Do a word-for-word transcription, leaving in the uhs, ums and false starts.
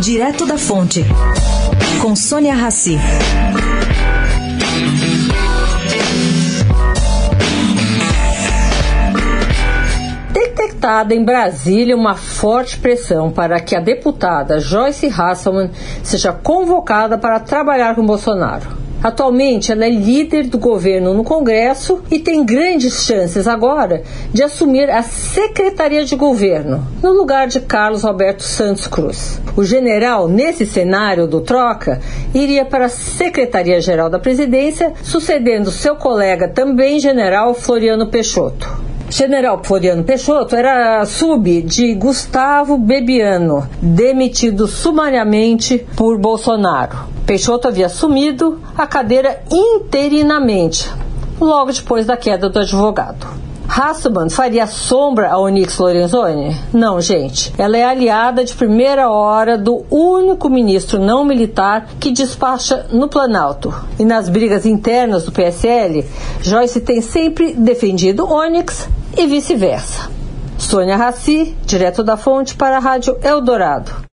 Direto da Fonte, com Sônia Rassi. Detectada em Brasília uma forte pressão para que a deputada Joyce Hasselmann seja convocada para trabalhar com Bolsonaro. Atualmente, ela é líder do governo no Congresso e tem grandes chances agora de assumir a Secretaria de Governo, no lugar de Carlos Alberto Santos Cruz. O general, nesse cenário do troca, iria para a Secretaria-Geral da Presidência, sucedendo seu colega, também general, Floriano Peixoto. General Floriano Peixoto era sub de Gustavo Bebiano, demitido sumariamente por Bolsonaro. Peixoto havia assumido a cadeira interinamente, logo depois da queda do advogado. Hasselmann faria sombra a Onyx Lorenzoni? Não, gente. Ela é aliada de primeira hora do único ministro não militar que despacha no Planalto. E nas brigas internas do P S L, Joyce tem sempre defendido Onyx e vice-versa. Sônia Rassi, direto da Fonte para a Rádio Eldorado.